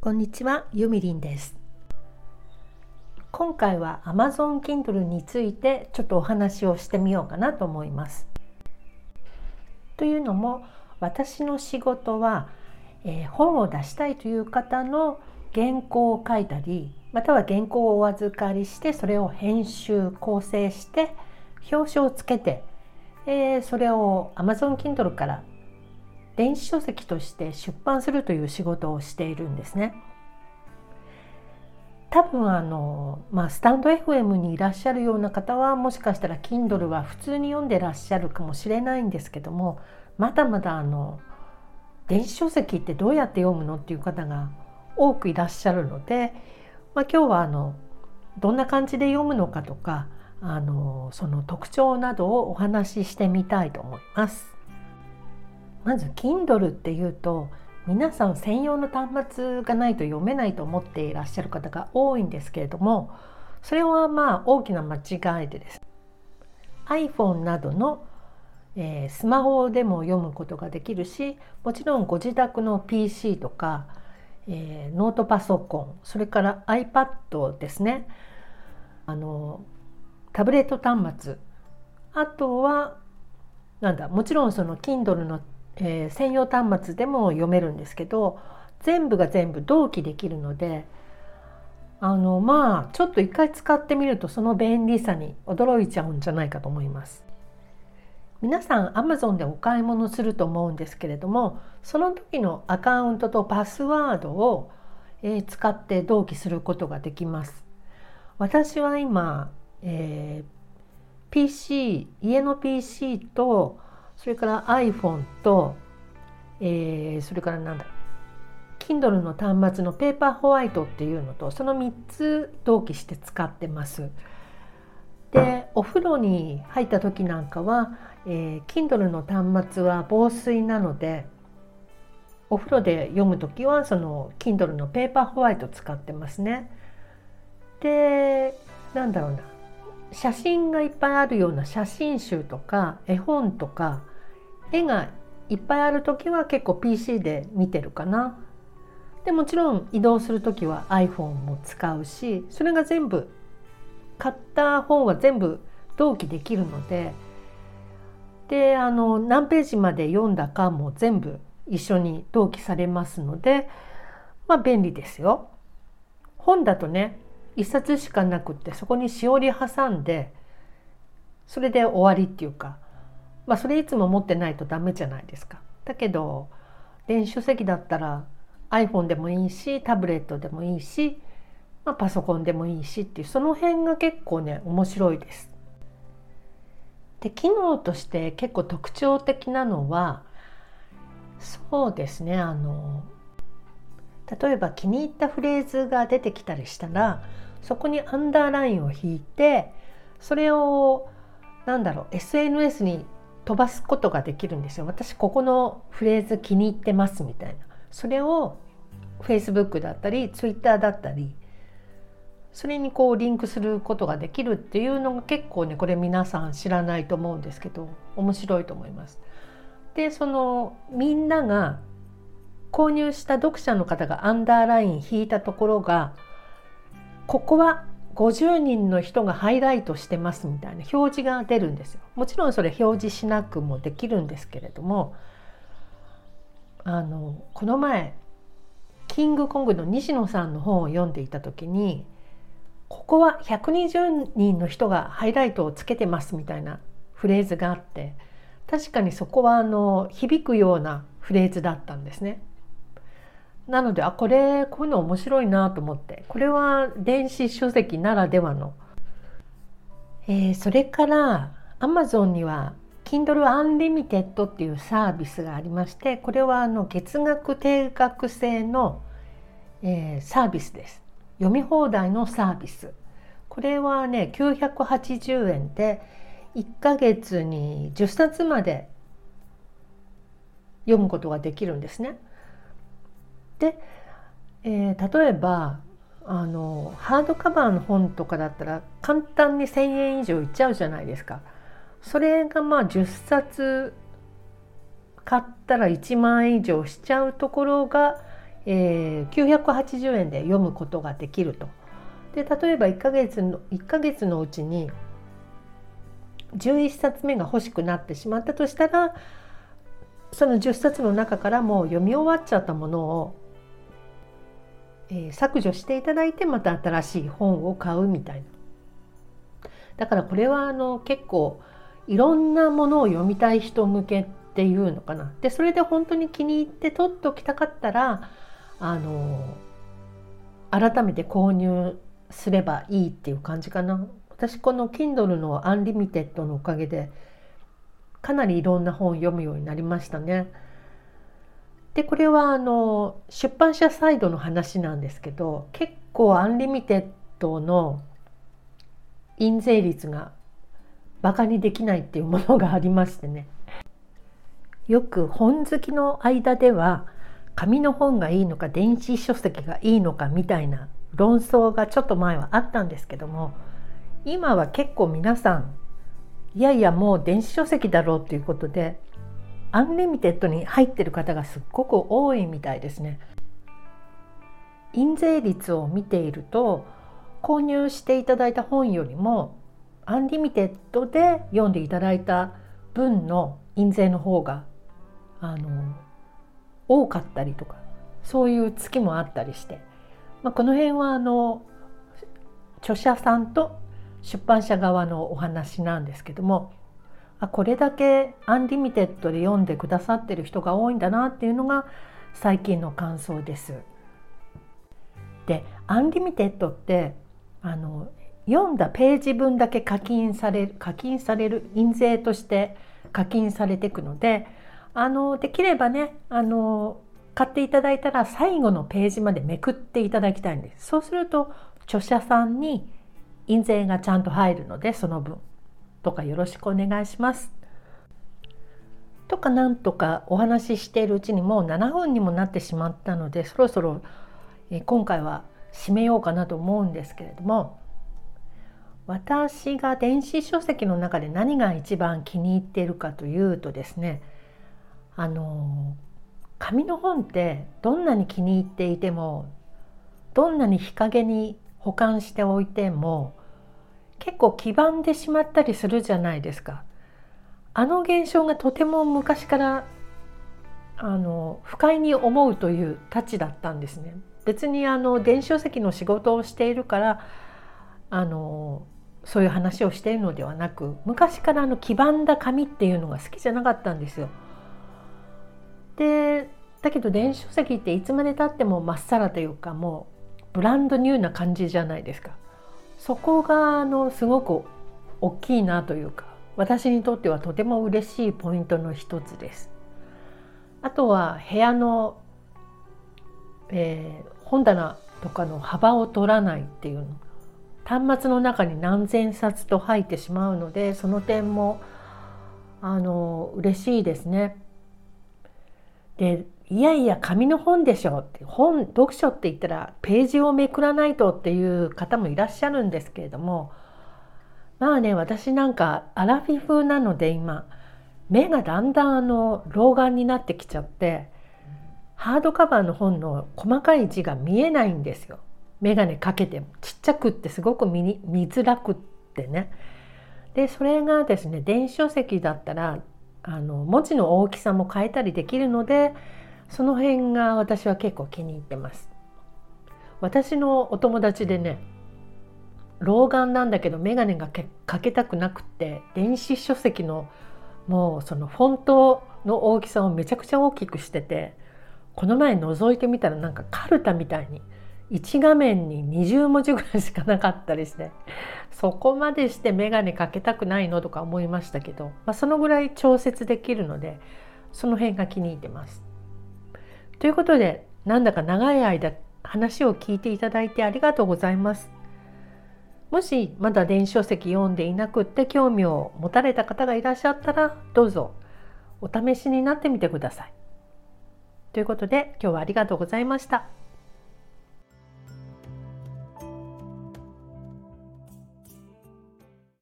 こんにちは、ゆみりんです。今回は Amazon Kindle についてちょっとお話をしてみようかなと思います。というのも、私の仕事は、本を出したいという方の原稿を書いたり、または原稿をお預かりしてそれを編集構成して表紙をつけて、それを Amazon Kindle から電子書籍として出版するという仕事をしているんですね。多分スタンド FM にいらっしゃるような方はもしかしたら Kindle は普通に読んでらっしゃるかもしれないんですけども、まだまだ電子書籍ってどうやって読むのっていう方が多くいらっしゃるので、今日はどんな感じで読むのかとかその特徴などをお話ししてみたいと思います。まず Kindle っていうと皆さん専用の端末がないと読めないと思っていらっしゃる方が多いんですけれども、それは大きな間違いでです。iPhone などの、スマホでも読むことができるし、もちろんご自宅の PC とか、ノートパソコン、それから iPad ですね、タブレット端末、あとはもちろんその Kindle の専用端末でも読めるんですけど、全部が全部同期できるのでちょっと一回使ってみるとその便利さに驚いちゃうんじゃないかと思います。皆さん Amazon でお買い物すると思うんですけれども、その時のアカウントとパスワードを使って同期することができます。私は今、PC 家の PC とそれから iPhone と、それからKindle の端末のペーパーホワイトっていうのと、その3つ同期して使ってます。で、お風呂に入った時なんかは、Kindle の端末は防水なので、お風呂で読む時はその Kindle のペーパーホワイト使ってますね。で、写真がいっぱいあるような写真集とか絵本とか絵がいっぱいある時は結構 PC で見てるかな。でもちろん移動する時は iPhone も使うし、それが全部買った本は全部同期できるので、何ページまで読んだかも全部一緒に同期されますので、便利ですよ。本だとね、一冊しかなくってそこにしおり挟んでそれで終わりっていうか、それいつも持ってないとダメじゃないですか。だけど電子書籍だったら iPhone でもいいし、タブレットでもいいし、パソコンでもいいしっていう、その辺が結構ね面白いです。で、機能として結構特徴的なのは、そうですね、例えば気に入ったフレーズが出てきたりしたら、そこにアンダーラインを引いて、それをSNS に飛ばすことができるんですよ。私ここのフレーズ気に入ってますみたいな、それを Facebook だったり Twitter だったり、それにリンクすることができるっていうのが結構ね、これ皆さん知らないと思うんですけど面白いと思います。で、みんなが購入した読者の方がアンダーライン引いたところが、ここは50人の人がハイライトしてますみたいな表示が出るんですよ。もちろんそれ表示しなくもできるんですけれども、この前キングコングの西野さんの本を読んでいた時に、ここは120人の人がハイライトをつけてますみたいなフレーズがあって、確かにそこは響くようなフレーズだったんですね。なのでこういうの面白いなと思って、これは電子書籍ならではの、それから Amazon には Kindle Unlimited っていうサービスがありまして、これは月額定額制の、サービスです。読み放題のサービス。これはね980円で1ヶ月に10冊まで読むことができるんですね。で、例えばハードカバーの本とかだったら簡単に1,000円以上いっちゃうじゃないですか。それが10冊買ったら1万円以上しちゃうところが 980円で読むことができると。で例えば1ヶ月のうちに11冊目が欲しくなってしまったとしたら、その10冊の中からもう読み終わっちゃったものを、削除していただいてまた新しい本を買うみたいな。だからこれは結構いろんなものを読みたい人向けっていうのかな。でそれで本当に気に入って取っておきたかったら改めて購入すればいいっていう感じかな。私この Kindle のアンリミテッドのおかげでかなりいろんな本を読むようになりましたね。でこれは出版社サイドの話なんですけど、結構アンリミテッドの印税率がバカにできないっていうものがありましてね。よく本好きの間では紙の本がいいのか電子書籍がいいのかみたいな論争がちょっと前はあったんですけども、今は結構皆さんいやいやもう電子書籍だろうということでアンリミテッドに入ってる方がすっごく多いみたいですね。印税率を見ていると購入していただいた本よりもアンリミテッドで読んでいただいた分の印税の方が多かったりとか、そういう月もあったりして、この辺は著者さんと出版社側のお話なんですけども、これだけアンリミテッドで読んでくださってる人が多いんだなっていうのが最近の感想です。でアンリミテッドって読んだページ分だけ課金される印税として課金されていくので、できればね買っていただいたら最後のページまでめくっていただきたいんです。そうすると著者さんに印税がちゃんと入るので、その分とかよろしくお願いしますとかなんとかお話ししているうちにもう7分にもなってしまったので、そろそろ今回は締めようかなと思うんですけれども、私が電子書籍の中で何が一番気に入っているかというとですね、紙の本ってどんなに気に入っていてもどんなに日陰に保管しておいても結構黄ばんでしまったりするじゃないですか。現象がとても昔から不快に思うというたちだったんですね。別に電子書籍の仕事をしているからそういう話をしているのではなく、昔から黄ばんだ紙っていうのが好きじゃなかったんですよ。だけど電子書籍っていつまでたってもまっさらというか、もうブランドニューな感じじゃないですか。そこがすごく大きいなというか、私にとってはとても嬉しいポイントの一つです。あとは部屋の、本棚とかの幅を取らないっていうの、端末の中に何千冊と入ってしまうので、その点も嬉しいですね。でいやいや紙の本でしょって、読書って言ったらページをめくらないとっていう方もいらっしゃるんですけれども、私なんかアラフィフなので今目がだんだん老眼になってきちゃって、ハードカバーの本の細かい字が見えないんですよ。眼鏡かけてもちっちゃくってすごく見づらくってね。でそれがですね、電子書籍だったら文字の大きさも変えたりできるので、その辺が私は結構気に入ってます。私のお友達でね、老眼なんだけど眼鏡がかけたくなくって、電子書籍のもうそのフォントの大きさをめちゃくちゃ大きくしてて、この前覗いてみたらなんかカルタみたいに1画面に20文字ぐらいしかなかったりして、そこまでして眼鏡かけたくないのとか思いましたけど、そのぐらい調節できるので、その辺が気に入ってます。ということで、なんだか長い間話を聞いていただいてありがとうございます。もしまだ電子書籍読んでいなくって興味を持たれた方がいらっしゃったら、どうぞお試しになってみてください。ということで、今日はありがとうございました。